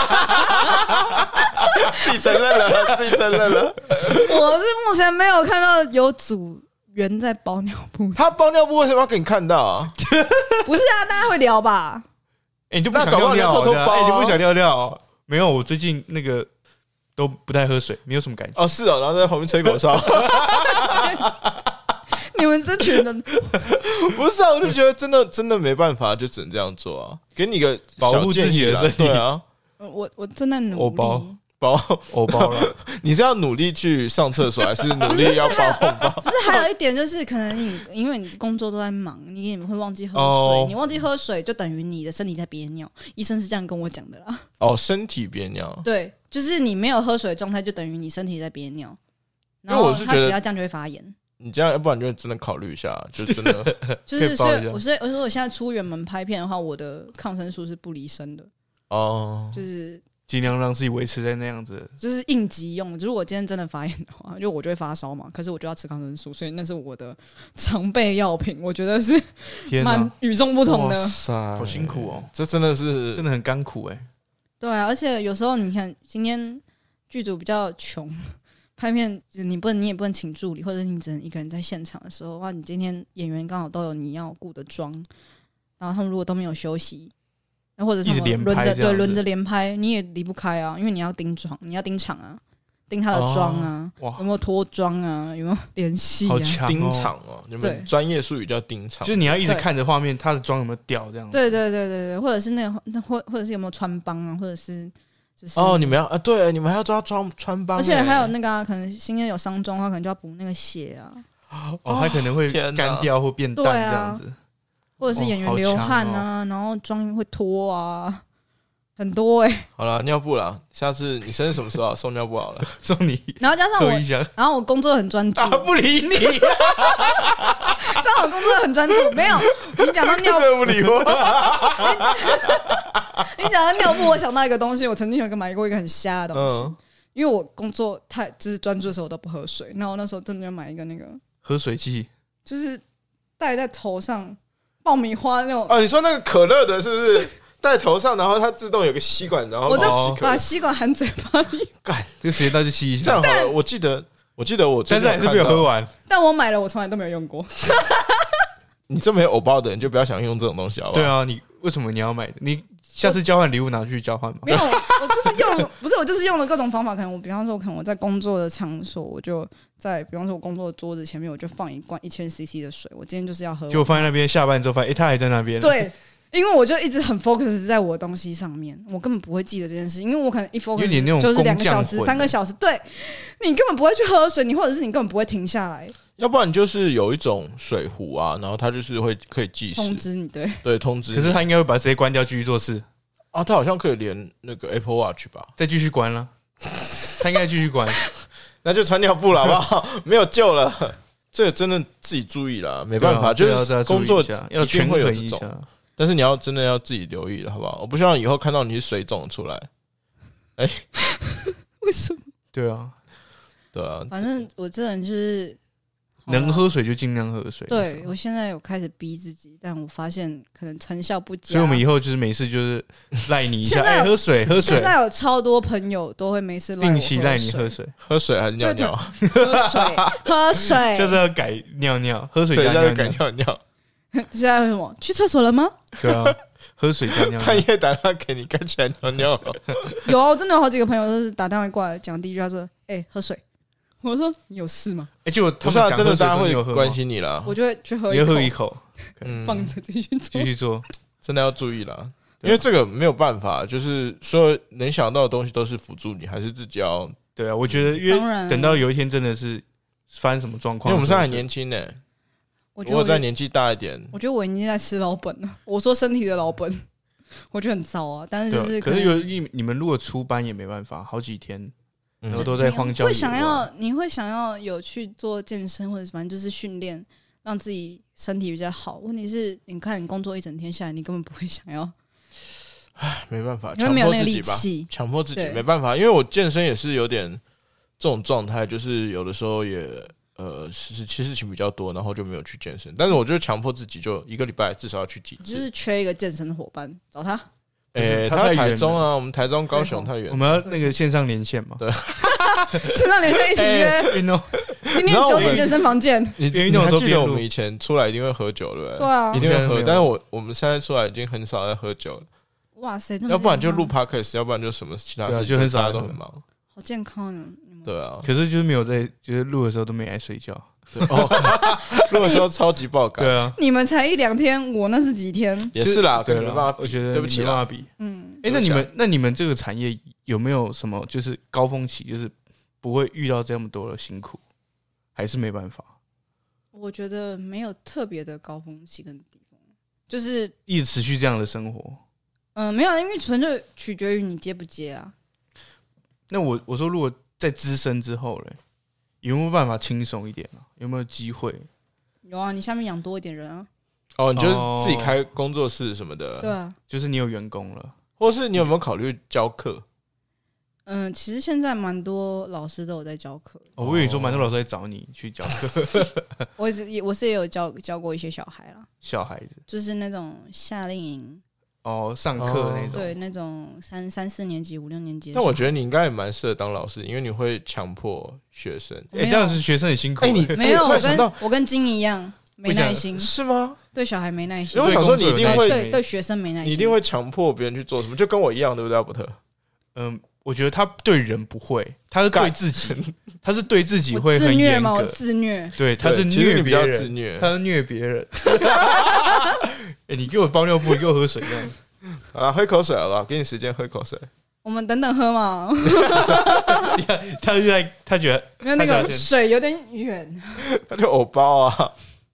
自己承认了，自己承认了。 我是目前没有看到有组员在包尿布， 他包尿布为什么要给你看到啊？ 不是啊，大家会聊吧？ 哎、欸，你就不想尿尿、啊？ 偷偷包、啊欸？你不想尿尿、喔？没有，我最近那个都不太喝水，没有什么感觉。 哦，是哦，然后在旁边吹口哨。 你们这群人不是啊，我就觉得真的真的没办法，就只能这样做啊，给你个保护自己的身体。 对啊， 我我正在努力。 我包包我包了。 你是要努力去上厕所，还是努力要包红包？ 不是，还有一点就是，可能你因为你工作都在忙，你也会忘记喝水。Oh. 你忘记喝水，就等于你的身体在憋尿。医生是这样跟我讲的啦。 哦，身体憋尿。 对，就是你没有喝水的状态，就等于你身体在憋尿。然后他只要这样就会发炎。 你这样，要不然就真的考虑一下，就真的就是所以，我所以我说我现在出远门拍片的话，我的抗生素是不离身的。哦， oh. 就是尽量让自己维持在那样子， 就是应急用的。就是我今天真的发炎的话，就我就会发烧嘛，可是我就要吃抗生素，所以那是我的常备药品。我觉得是蛮与众不同的。 哇塞， 好辛苦哦！ 这真的是真的很甘苦哎、欸。 对啊，而且有时候你看，今天剧组比较穷。拍片你不能，你也不能请助理，或者你只能一个人在现场的时候，哇，你今天演员刚好都有你要顾的妆，然后他们如果都没有休息， 或者是轮着对轮着连拍，你也离不开啊，因为你要盯场，你要盯场啊，盯他的妆啊，哦、有没有脱妆啊，有没有联系啊， 好强哦、 盯场哦，你们专业术语叫盯场， 就是你要一直看着画面，他的妆有没有掉这样子。 对对对对对，或者是那那或或者是有没有穿帮啊，或者是。就是、 哦，你们要啊，对，你们还要抓穿穿帮， 而且还有那个、啊、可能新人有伤妆的话，可能就要补那个血啊。 哦，它可能会干掉或变淡这样子， 啊、或者是演员流汗啊，哦、然后妆会脱啊，很多哎、欸。 好了，尿布啦，下次你生日什么时候、啊、送尿布好了， 送你。 然后加上我，然后我工作很专注， 啊、不理你。 这样我工作很专注，没有。你讲到尿布， 不理我。 你讲到尿布，我想到一个东西，我曾经有一个买过一个很瞎的东西，嗯、因为我工作太就是专注的时候我都不喝水，然后我那时候真的就买一个那个喝水器， 就是戴在头上爆米花那种。 哦，你说那个可乐的是不是？戴头上，然后它自动有个吸管，然后我就把吸管含嘴巴里。 干，这个时间到就吸一下。 这样好了，我记得，我记得我但是还是没有喝完。 但我买了，我从来都没有用过。 你这么有偶包的人，就不要想用这种东西，好不好？ 对啊，你为什么你要买的？你下次交换礼物拿去交换吗？ 没有，我就是用，不是我就是用了各种方法。可能我比方说，可能我在工作的场所，我就在比方说我工作的桌子前面，我就放一罐一千 C C 的水。我今天就是要喝。 就放在那边，下班之后发现，哎、欸，他还在那边。 对。因为我就一直很 focus 在我的东西上面，我根本不会记得这件事，因为我可能一 focus 就是两个小时、三个小时，对，你根本不会去喝水，你或者是你根本不会停下来。 要不然你就是有一种水壶啊，然后它就是会可以计时通知你，对对通知你。 可是他应该会把直接关掉，继续做事啊。他好像可以连那个 Apple Watch 吧， 再继续关了。他应该继续关， 那就穿尿布了，好不好？没有救了。这个真的自己注意啦，没办法，就是工作要权衡有这种。但是你要真的要自己留意了，好不好？我不希望以后看到你是水肿出来。哎、欸， 为什么？ 对啊， 对啊， 反正我这人就是能喝水就尽量喝水。 对，我现在有开始逼自己，但我发现可能成效不佳。 所以我们以后就是每次就是赖你一下，哎、欸，喝水，喝水。 现在有超多朋友都会没事赖我定期赖你喝水， 喝水还是尿尿？ 喝水，喝水。 就是要改尿尿，喝水加尿尿， 改尿尿。 现在为什么？去厕所了吗？ 对啊，喝水加尿尿。 半夜打电话给你，赶起来尿尿。 有啊，我真的有好几个朋友都是打电话过来讲第一句，他说：“哎、欸，喝水。”我说：“你有事吗？” 而且我不是啊，真的大家会关心你啦。 我就会去喝一口， 你喝一口， 嗯、放着继续做， 继续做， 真的要注意啦。因为这个没有办法，就是所有能想到的东西都是辅助你，还是自己要。 对啊，我觉得因为等到有一天真的是发生什么状况， 因为我们现在还年轻呢、欸。 我如果再年纪大一点， 我觉得我已经在吃老本了。我说身体的老本，我觉得很糟啊。但是就是， 可是有你们如果出班也没办法，好几天，然后都在荒郊野外。 会想要，你会想要有去做健身或者反正就是训练，让自己身体比较好。问题是，你看你工作一整天下来，你根本不会想要。 唉，没办法， 因为没有那个力气， 强迫自己没办法。因为我健身也是有点这种状态，就是有的时候也。呃，是其实事情比较多，然后就没有去健身。但是我就强迫自己，就一个礼拜至少要去几次。 就是缺一个健身伙伴，找他。 诶、欸，他在台中啊，我们台中、高雄太远。 我们要那个线上连线嘛？ 对， 线上连线一起约运动。 今天九点健身房见。 你运动的时候，记得我们以前出来一定会喝酒，对不对？ 对啊， 一定会喝。但是我我们现在出来已经很少在喝酒了。 哇塞， 要不然就录 podcast， 要不然就什么其他事， 就很少， 都很忙。 好健康啊！ 对啊， 可是就是没有在，就是录的时候都没来睡觉。 哦，录的时候超级爆肝。 对啊， 你们才一两天，我那是几天。 也是啦， 对了， 没办法， 我觉得对不起， 没办法比。 嗯， 哎、欸，那你们那你们这个产业有没有什么就是高峰期，就是不会遇到这么多的辛苦，还是没办法？ 我觉得没有特别的高峰期跟低峰，就是一直持续这样的生活。 嗯、呃，没有，因为纯粹取决于你接不接啊。 那我我说，如果在资深之后嘞？有没有办法轻松一点啊？有没有机会？ 有啊，你下面养多一点人啊。 哦，你就是自己开工作室什么的。 对啊， 就是你有员工了， 或是你有没有考虑教课？ 嗯，其实现在蛮多老师都有在教课。 哦，我以为说蛮多老师在找你去教课。 我也我是也有教教过一些小孩啦， 小孩子就是那种夏令营。 哦，上课那种， 对，那种三三四年级、五六年级。 但我觉得你应该也蛮适合当老师，因为你会强迫学生。 哎、欸，这样子学生很辛苦。 哎、欸，你没有， 欸、 我跟我跟金一样， 没耐心， 是吗？ 对小孩没耐心。 因为我想说，你一定会对对学生没耐心， 你一定会强迫别人去做什么，就跟我一样，对不对，阿伯特？ 嗯，我觉得他对人不会，他是对自己，他是对自己会很严格， 我自虐， 对，他是虐别人， 自虐， 他是虐别人。哎，你给我包尿布，你给我喝水，这样。 好了，喝口水好不好？给你时间喝口水。 我们等等喝嘛。 你看，他就在，他觉得因为那个水有点远， 他就偶包啊。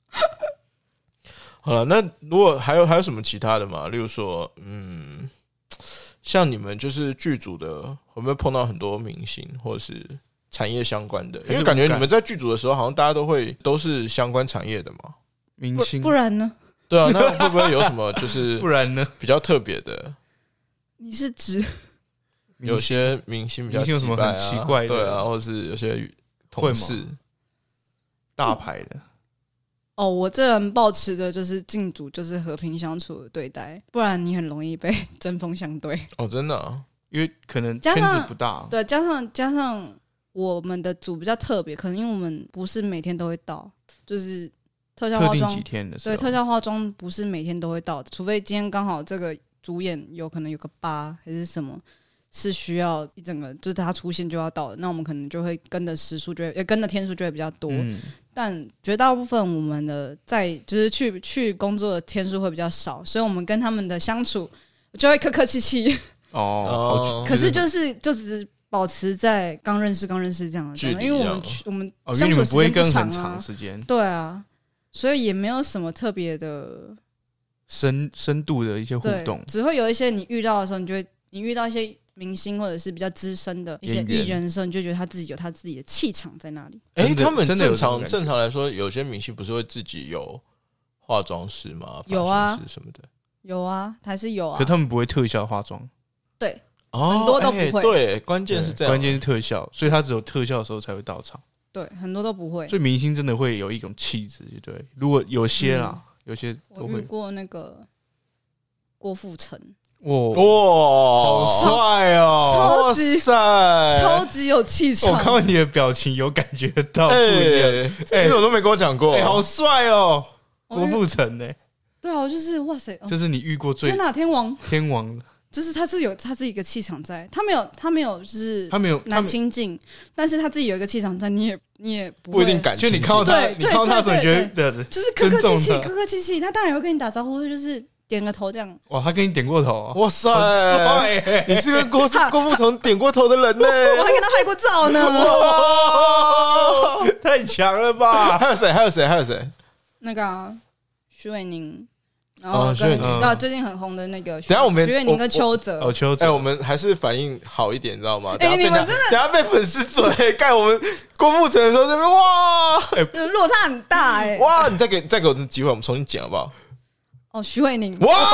好了，那如果还有还有什么其他的吗？例如说，嗯，像你们就是剧组的，会不会碰到很多明星或者是产业相关的？因为感觉你们在剧组的时候，好像大家都会都是相关产业的嘛。 明星， 不然呢？ 对啊，那会不会有什么就是不然呢？ 比较特别的？ 你是指有些明星比较、啊、 有什么很奇怪的？ 对啊，或者是有些同事大牌的。 哦，我这人抱持着就是进组就是和平相处的对待，不然你很容易被针锋相对。 哦，真的、啊， 因为可能圈子不大， 对，加上加上我们的组比较特别，可能因为我们不是每天都会到，就是特效化妆特定几天的时候， 对，特效化妆不是每天都会到的，除非今天刚好这个主演有可能有个疤还是什么。是需要一整个，就是他出现就要到的，那我们可能就会跟的时数就会，也跟的天数就会比较多。嗯、但绝大部分我们的在就是去去工作的天数会比较少，所以我们跟他们的相处就会客客气气。 哦， 可是就是就只是保持在刚认识刚认识这样的状态，因为我们我们相处时间不长啊， 时间对啊，所以也没有什么特别的深深度的一些互动， 只会有一些你遇到的时候，你就会你遇到一些。明星或者是比较资深的一些艺人的时候，你就觉得他自己有他自己的气场在那里。 哎、欸，他们正常正常来说，有些明星不是会自己有化妆师吗？ 有啊， 什么的， 有啊，还是有啊。 可他们不会特效化妆， 对， 哦、 很多都不会。 欸、对，关键是这样， 关键是特效，所以他只有特效的时候才会到场。 对，很多都不会。 所以明星真的会有一种气质，对。如果有些啦，嗯、有些都会。 我遇过那个郭富城。 哇哇，好帅哦！ 超级超级有气场。 我看到你的表情有感觉到，哎、 欸，这种都没跟我讲过。 哎、欸，好帅哦，郭富城呢？ 对啊，我就是哇塞， 这是你遇过最天哪，天王， 天王， 就是他是有他自己一个气场在，他没有他没有就是他没有难亲近，但是他自己有一个气场在，你也你也不不一定敢亲近。 就你看到他， 对你看到他的时候，你觉得就是客客气气，客客气气，他当然会跟你打招呼，就是。点个头这样， 哇！他跟你点过头、啊， 哇塞，欸、你是跟郭郭富城点过头的人呢、欸， 我还跟他拍过照呢， 哇，太强了吧！ 还有谁？还有谁？还有谁？ 那个、啊、徐伟宁，然后跟到、哦、最近很红的那个， 等一下我们徐伟宁跟邱泽， 哦邱泽， 哎、欸，我们还是反应好一点，你知道吗？ 哎、欸，你们真的， 等下被粉丝嘴盖我们郭富城的时候，这边哇， 欸、落差很大哎、欸， 哇！你再给再给我这机会，我们重新剪好不好？ 哦，徐伟宁， 哇，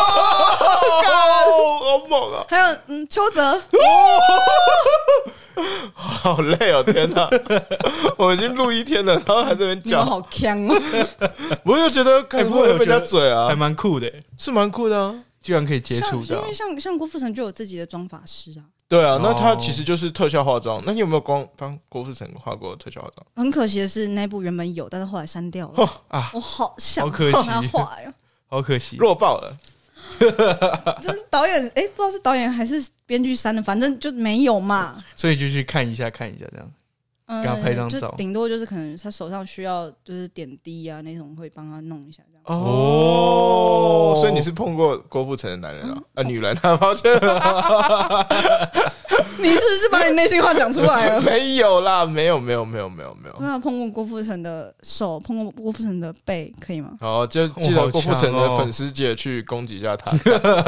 好猛啊！ 还有嗯，邱泽， 好累哦，天哪！我已经录一天了，然后还在这边讲， 好强哦！ 我就觉得看不会被人家嘴啊， 还蛮酷的， 是蛮酷的啊， 居然可以接触到。 因为像像郭富城就有自己的妆发师啊。 对啊，那他其实就是特效化妆。那你有没有光帮郭富城画过特效化妆？ 很可惜的是，那部原本有，但是后来删掉了。啊，我好想帮他画哟。 好可惜， 弱爆了。 就是导演，哎、欸，不知道是导演还是编剧删的，反正就没有嘛。 所以就去看一下，看一下这样，嗯、给他拍张照。 顶多就是可能他手上需要就是点滴啊那种，会帮他弄一下这样。 哦，所以你是碰过郭富城的男人啊？嗯、啊，女人啊，抱歉。 你是不是把你内心话讲出来了？ 没有啦，没有，没有，没有，没有，没有。 对啊，碰过郭富城的手，碰过郭富城的背，可以吗？ 好，就记得郭富城的粉丝节去攻击一下他。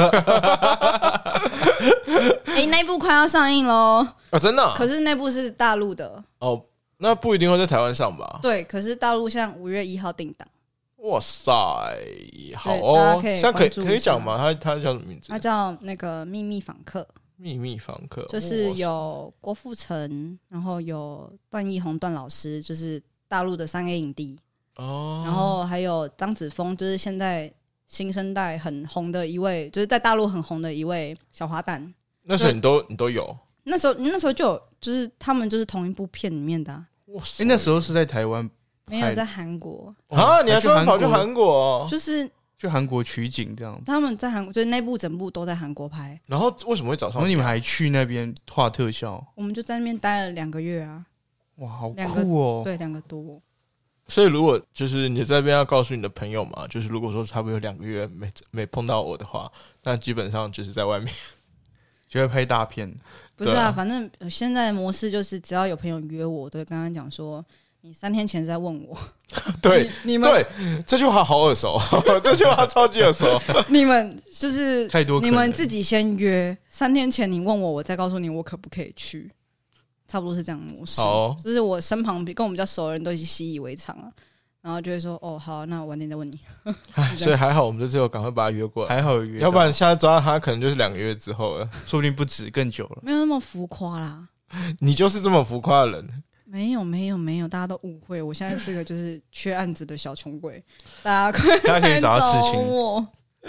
哎、欸，那一部快要上映喽！ 啊，真的、啊？ 可是那部是大陆的哦，那不一定会在台湾上吧？ 对，可是大陆像五月一号定档。 哇塞，好哦，现在可以可以讲吗？他他叫什么名字？ 他叫那个秘密访客。 秘密访客就是有郭富城，然后有段奕宏段老师，就是大陆的三 A 影帝哦，然后还有张子枫，就是现在新生代很红的一位，就是在大陆很红的一位小滑蛋。 那时候你都你都有？ 那时候那时候就有，就是他们就是同一部片里面的、啊。 哇塞、欸！那时候是在台湾没有在韩国啊？你还专门跑去韩国、哦？ 就是去韩国取景这样。 他们在韩国，就是内部整部都在韩国拍。 然后为什么会找上你？ 你们还去那边画特效？ 我们就在那边待了两个月啊。 哇，好酷哦！ 对，两个多。 所以如果就是你在这边要告诉你的朋友嘛，就是如果说差不多有两个月没没碰到我的话，那基本上就是在外面就会拍大片。 不是啊，啊反正现在的模式就是只要有朋友约我，都会跟他讲说，你三天前在问我。 对， 你, 你们对这句话好耳熟，这句话超级耳熟。 你们就是太多， 你们自己先约，三天前你问我，我再告诉你我可不可以去。差不多是这样的模式， 哦、 就是我身旁跟我们比较熟的人都已经习以为常了，然后就会说哦好，那我晚点再问你。 所以还好，我们这次有赶快把他约过来， 还好有约， 要不然现在抓到他可能就是两个月之后了， 说不定不止更久了。 没有那么浮夸啦， 你就是这么浮夸的人。 没有没有没有，大家都误会，我现在是个就是缺案子的小穷鬼，大家快大家可以找到事情我。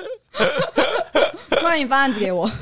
欢迎发案子给我。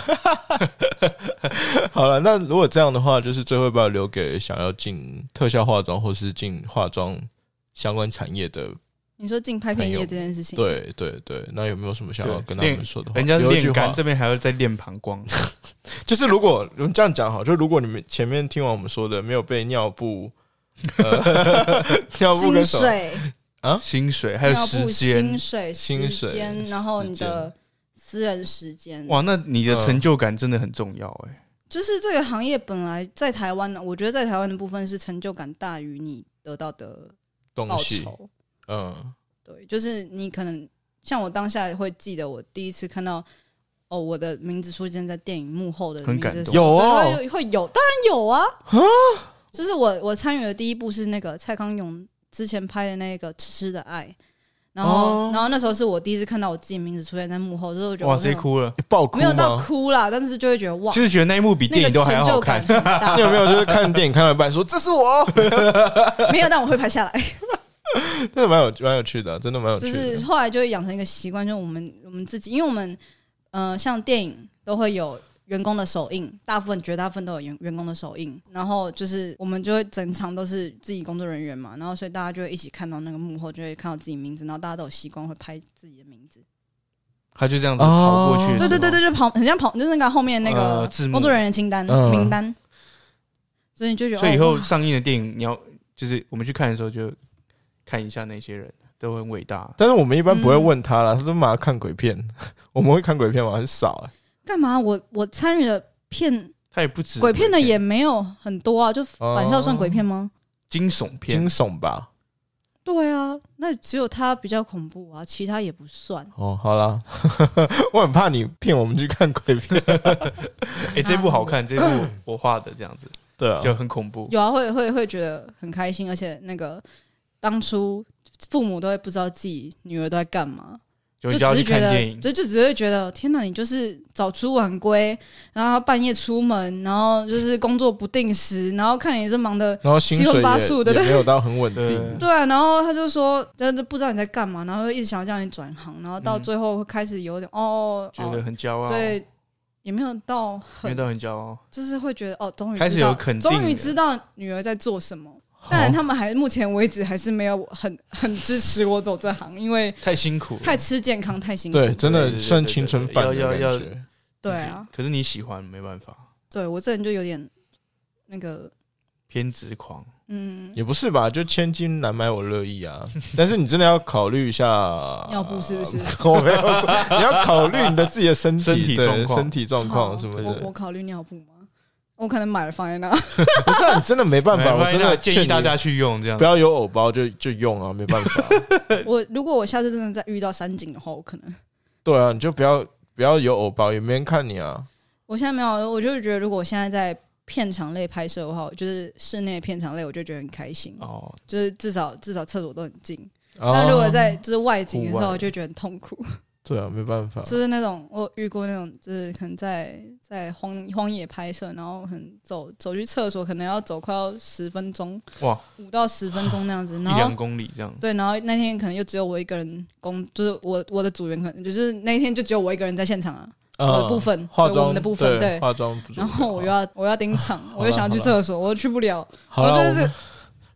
好了，那如果这样的话，就是最后要不要留给想要进特效化妆或是进化妆相关产业的？ 你说进拍片业这件事情， 对对对，那有没有什么想要跟他们说的话？ 人家是练肝，这边还要再练膀胱。 就是如果我们这样讲好，就如果你们前面听完我们说的，没有被尿布、呃、尿布跟薪水啊， 薪水还有时间、 薪水、 薪水， 时间，然后你的私人时间。 哇，那你的成就感真的很重要哎、欸。 就是这个行业本来在台湾，我觉得在台湾的部分是成就感大于你得到的报酬。嗯，对，就是你可能像我当下会记得我第一次看到哦，我的名字出现在电影幕后的名字， 很感动。 有哦， 会会有，当然有啊。就是我我参与的第一部是那个蔡康永之前拍的那个《痴痴的爱》。然后、哦，然后那时候是我第一次看到我自己名字出现在幕后，就是我觉得哇，谁哭了？ 爆哭吗？ 没有到哭啦，但是就会觉得哇， 就是觉得那一幕比电影都还好看。 那你有没有就是看电影看到一半说这是我？ 没有，但我会拍下来。 真的蛮有蛮有趣的、啊，真的蛮有趣的。 就是后来就会养成一个习惯，就是我们我们自己，因为我们呃像电影都会有员工的手印，大部分绝大部分都有员员工的手印，然后就是我们就会整场都是自己工作人员嘛，然后所以大家就会一起看到那个幕后，就会看到自己名字，然后大家都有习惯会拍自己的名字。 他就这样子跑过去、哦， 对对对对，就跑很像跑，就是那个后面那个工作人员清单、呃、名单，所以你就觉得， 所以以后上映的电影，你要就是我们去看的时候就看一下那些人。都很伟大， 但是我们一般不会问他啦，嗯、他都马上看鬼片。我们会看鬼片吗？很少哎、欸。 干嘛？我我参与的片， 他也不止鬼片的也没有很多啊。就返校算鬼片吗？ 惊悚片， 惊悚吧。 对啊，那只有他比较恐怖啊，其他也不算。 哦，好啦，我很怕你骗我们去看鬼片。 哎、欸，这部好看，这部我画的这样子， 对啊， 就很恐怖。 有啊，会会会觉得很开心，而且那个当初。父母都会不知道自己女儿都在干嘛， 就只是觉得， 就就只会觉得，天哪，你就是早出晚归，然后半夜出门，然后就是工作不定时，然后看你是忙的七荤八素的， 也没有到很稳定。 对啊，然后他就说，但是不知道你在干嘛，然后一直想要叫你转行，然后到最后会开始有点、嗯、哦， 觉得很骄傲， 对，也没有到很， 没有到很骄傲， 就是会觉得哦，终于开始有肯定， 终于知道女儿在做什么。但他们还目前为止还是没有很很支持我走这行，因为太辛苦了， 太吃健康，太辛苦。 对，真的算青春饭的感觉。 对啊， 可是你喜欢没办法。 对我这人就有点那个偏执狂， 嗯， 也不是吧？就千金难买我乐意啊！但是你真的要考虑一下尿布是不是？ 我没有说，你要考虑你的自己的身体、 身体状况、 身体状况什么的。 我我考虑尿布吗？我可能买了放在那。 不是啊，你真的没办法，我真的建议大家去用这样， 不要有偶包就就用啊，没办法。 我如果我下次真的再遇到山景的话，我可能对啊，你就不要不要有偶包，也没人看你啊。 我现在没有，我就是觉得如果我现在在片场类拍摄的话，就是室内片场类，我就觉得很开心哦，就是至少至少厕所都很近。哦、但如果在就是外景的时候，我就觉得很痛苦。 对啊，没办法， 就是那种我遇过那种，就是可能在在荒荒野拍摄，然后很走走去厕所，可能要走快要十分钟，哇，五到十分钟那样子，然后一两公里这样。 对，然后那天可能又只有我一个人工，就是我我的组员可能就是那天就只有我一个人在现场啊，我的部分化妆我们的部分对化妆， 然后我又要我要盯场，我又想要去厕所，我又去不了， 好啦， 我就是。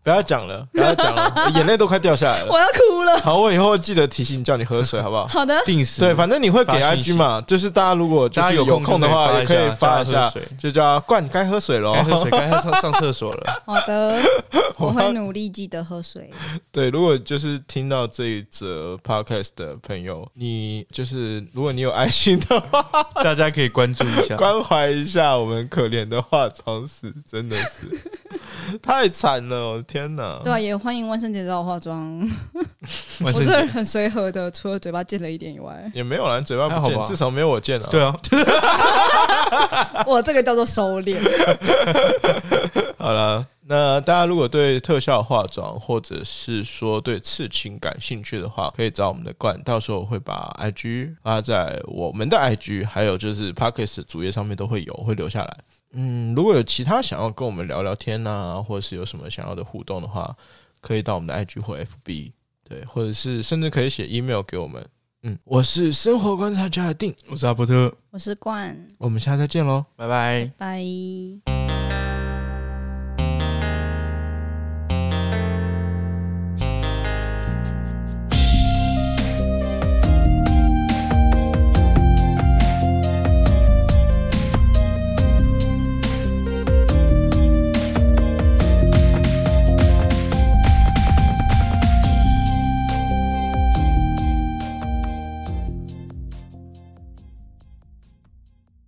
不要讲了，不要讲了，我眼泪都快掉下来了， 我要哭了。 好，我以后记得提醒叫你喝水，好不好？ 好的， 定时对，反正你会给 I G 嘛，就是大家如果就是有空的话，也可以发一下，就叫冠该喝水咯， 该喝水，该上上厕所了。 好的，我会努力记得喝水。 对，如果就是听到这一则 podcast 的朋友，你就是如果你有爱心的话， 大家可以关注一下， 关怀一下我们可怜的化妆师，真的是太惨了，我的天哪！ 对啊，也欢迎万圣节找我化妆。我这人很随和的，除了嘴巴贱了一点以外， 也没有啦，嘴巴不贱，至少没有我贱啊。 对啊， 我这个叫做收敛。 好了。那大家如果对特效化妆，或者是说对刺青感兴趣的话，可以找我们的冠，到时候我会把 I G 发在我们的 I G， 还有就是 Podcast 主页上面都会有，会留下来。嗯，如果有其他想要跟我们聊聊天啊，或者是有什么想要的互动的话，可以到我们的 I G 或 F B， 对，或者是甚至可以写 email 给我们。嗯，我是生活观察家的定， 我是阿伯特， 我是冠， 我们下次再见咯， 拜拜， 拜。